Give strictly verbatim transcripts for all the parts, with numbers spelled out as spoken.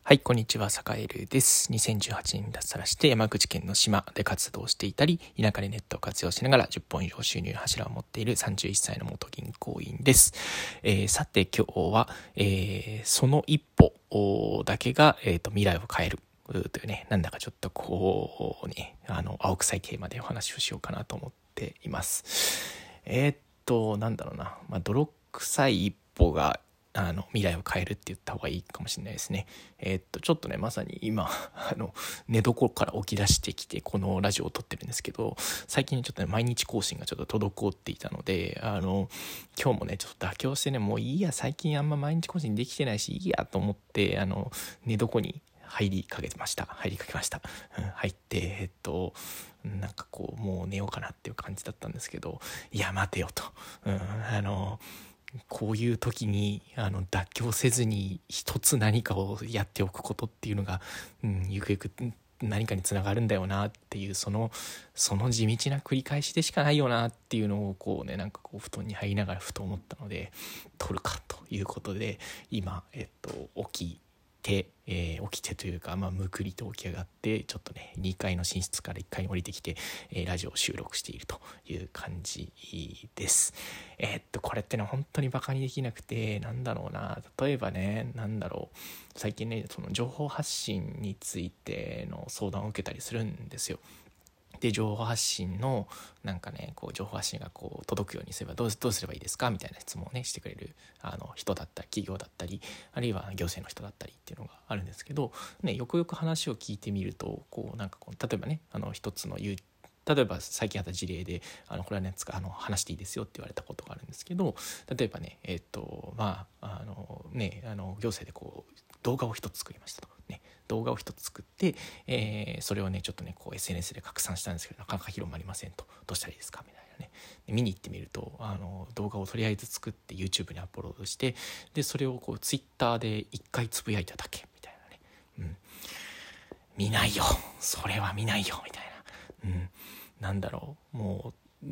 はい、こんにちは、坂井ルです。にせんじゅうはちねんに脱サラして山口県の島で活動していたり、田舎でネットを活用しながらじゅっぽん以上収入の柱を持っているさんじゅういっさいの元銀行員です。えー、さて今日は、えー、その一歩だけが、えーと、未来を変えるというね、なんだかちょっとこうね、あの青臭いテーマでお話をしようかなと思っています。えー、っと、なんだろうな、まあ、泥臭い一歩があの未来を変えるって言った方がいいかもしれないですね。えー、っとちょっとねまさに今あの寝床から起き出してきてこのラジオを撮ってるんですけど、最近ちょっとね毎日更新がちょっと滞っていたので、あの今日もねちょっと妥協してね、もういいや、最近あんま毎日更新できてないしいいやと思ってあの寝床に入りかけました入りかけました、うん、入ってえっとなんかこうもう寝ようかなっていう感じだったんですけど、いや待てよと、うん、あのこういう時にあの妥協せずに一つ何かをやっておくことっていうのが、うん、ゆくゆく何かにつながるんだよなっていう、そのその地道な繰り返しでしかないよなっていうのをこうね、なんかこう布団に入りながらふと思ったので、撮るかということで今えっと起きて、えー、起きてというか、まあ、むくりと起き上がってちょっとねにかいの寝室からいっかいに降りてきて、えー、ラジオを収録しているという感じです。えー、っとこれってね本当にバカにできなくて、なんだろうな、例えばね、なんだろう、最近ねその情報発信についての相談を受けたりするんですよ。で情報発信のなんかねこう情報発信がこう届くようにすればどう、どうすればいいですかみたいな質問をねしてくれるあの人だったり企業だったり、あるいは行政の人だったりっていうのがあるんですけど、ね、よくよく話を聞いてみるとこうなんかこう例えばねあの一つの言う例えば最近あった事例であのこれはねあの話していいですよって言われたことがあるんですけど、例えばねえっ、とまああのねあの行政でこう動画を一つ作りましたとね、動画を一つ作って、えー、それをねちょっとねこう エスエヌエス で拡散したんですけどなかなか広まりませんと、どうしたらいいですかみたいなね。で見に行ってみるとあの動画をとりあえず作って YouTube にアップロードして、でそれをこう Twitter で一回つぶやいただけみたいなね、うん、見ないよそれは見ないよみたいな、うん、なんだろうもう、うん、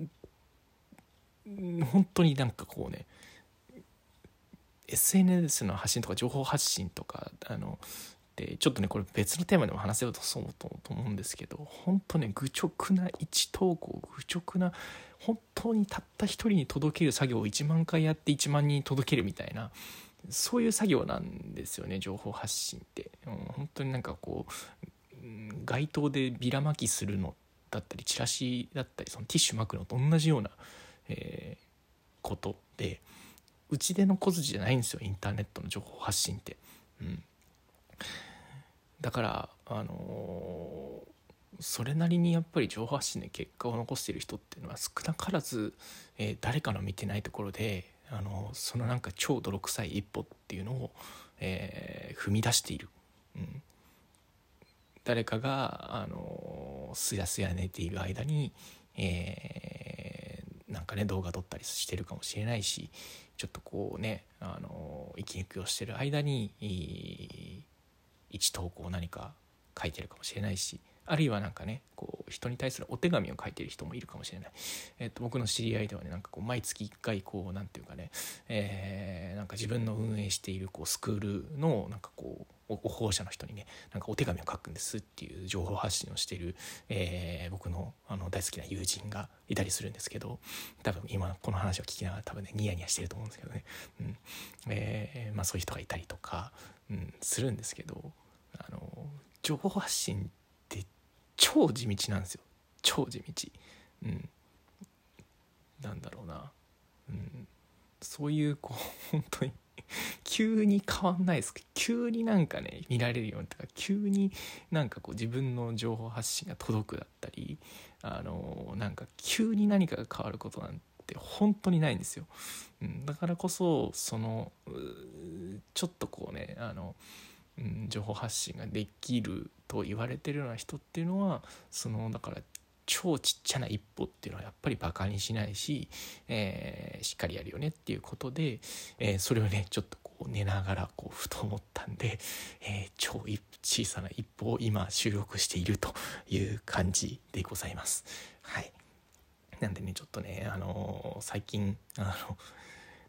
本当になんかこうね エスエヌエス の発信とか情報発信とかあのでちょっとねこれ別のテーマでも話せようとそうと思うんですけど、本当ね愚直な一投稿、愚直な本当にたった一人に届ける作業をいちまんかいやっていちまんにんに届けるみたいな、そういう作業なんですよね情報発信って、うん、本当になんかこう街頭でビラまきするのだったりチラシだったりそのティッシュ巻くのと同じような、えー、ことで、うちでの小筋じゃないんですよインターネットの情報発信って、うん、だからあのー、それなりにやっぱり情報発信で結果を残している人っていうのは少なからず、えー、誰かの見てないところであのー、そのなんか超泥臭い一歩っていうのを、えー、踏み出している、うん、誰かがあのすやすや寝ている間に、えー、なんかね動画撮ったりしてるかもしれないし、ちょっとこうねあの息抜きをしてる間に一投稿何か書いてるかもしれないし、あるいはなんかねこう人に対するお手紙を書いてる人もいるかもしれない。えっと僕の知り合いではねなんかこう毎月いっかいこうなんていうかね、えー、なんか自分の運営しているこうスクールのなんかこう保護者の人にねなんかお手紙を書くんですっていう情報発信をしている、えー、僕のあの大好きな友人がいたりするんですけど、多分今この話を聞きながら多分ねニヤニヤしてると思うんですけどね、うんえーまあ、そういう人がいたりとか、うん、するんですけど、あの情報発信って超地道なんですよ、超地道、うん、なんだろうな、うん、そういうこう本当に急に変わんないですけど、急になんかね見られるようにとか、急になんかこう自分の情報発信が届くだったり、あのなんか急に何かが変わることなんて本当にないんですよ、うん、だからこそそのちょっとこうねあのうん、情報発信ができると言われてるような人っていうのはそのだから超ちっちゃな一歩っていうのはやっぱりバカにしないし、えー、しっかりやるよねっていうことで、えー、それをねちょっとこう寝ながらこうふと思ったんで、えー、超小さな一歩を今収録しているという感じでございます。はい。なんでねちょっとねあのー、最近あの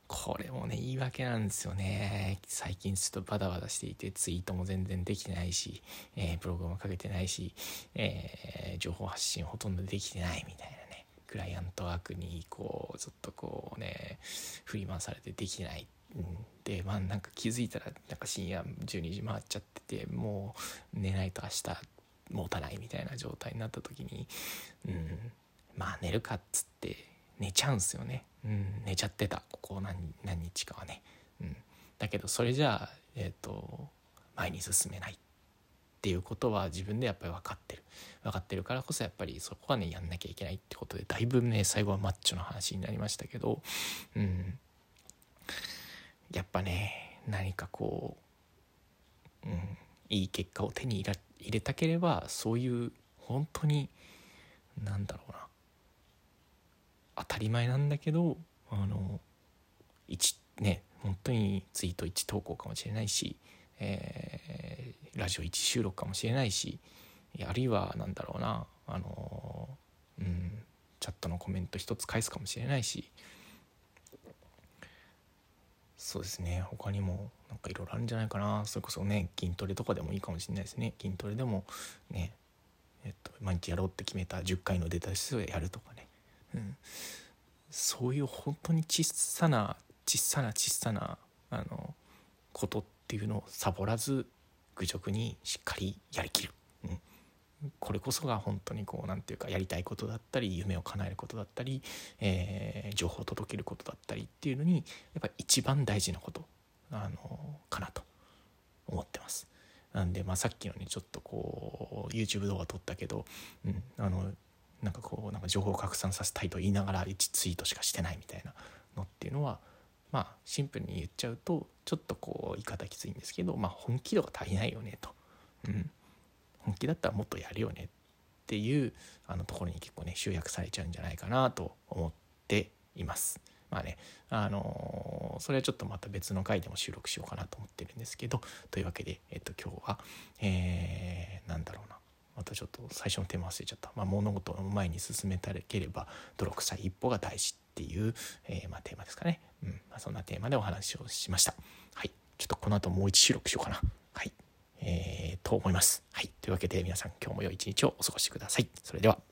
これもね言い訳なんですよね。最近ちょっとバタバタしていてツイートも全然できてないし、えー、ブログも書けてないし、えー、情報発信ほとんどできてないみたいなね、クライアントワークにこうずっとこうね振り回されてできてない、うん、でまあなんか気づいたらなんか深夜じゅうにじ回っちゃってて、もう寝ないと明日持たないみたいな状態になった時に、うん、まあ寝るかっつって寝ちゃうんすよね、うん、寝ちゃってたここ 何, 何日かはね、うん、だけどそれじゃあ、えーと、前に進めないっていうことは自分でやっぱり分かってる分かってるからこそやっぱりそこはねやんなきゃいけないってことで、だいぶね最後はマッチョの話になりましたけど、うん、やっぱね何かこう、うん、いい結果を手に入れ、入れたければそういう本当になんだろうな当たり前なんだけど、あの1ね本当にツイートいち投稿かもしれないし、えー、ラジオいち収録かもしれないし、あるいはなんだろうなあの、うん、チャットのコメント一つ返すかもしれないし、そうですね他にもなんかいろいろあるんじゃないかな。それこそね筋トレとかでもいいかもしれないですね。筋トレでもねえっと毎日やろうって決めたじゅっかいの出た数をやるとかね、うん、そういう本当に小さな小さな小さなあのことっていうのをサボらず愚直にしっかりやりきる、うん、これこそが本当にこうなんていうかやりたいことだったり夢を叶えることだったり、えー、情報を届けることだったりっていうのにやっぱり一番大事なことあのかなと思ってます。なんで、まあ、さっきのねちょっとこう YouTube 動画撮ったけど、うん、あのなんかこうなんか情報を拡散させたいと言いながらいちツイートしかしてないみたいなのっていうのはまあシンプルに言っちゃうとちょっとこう言い方きついんですけど、まあ本気度が足りないよねと、うん、本気だったらもっとやるよねっていうあのところに結構ね集約されちゃうんじゃないかなと思っています。まあねあのー、それはちょっとまた別の回でも収録しようかなと思ってるんですけど、というわけで、えっと、今日は、えー、なんだろうなまたちょっと最初のテーマ忘れちゃった、まあ、物事を前に進めたければ泥臭い一歩が大事っていう、えーまあ、テーマですかね、うんまあ、そんなテーマでお話をしました。はい、ちょっとこの後もう一収録しようかな、はい、えー、と思います。はい、というわけで皆さん今日も良い一日をお過ごしください。それでは。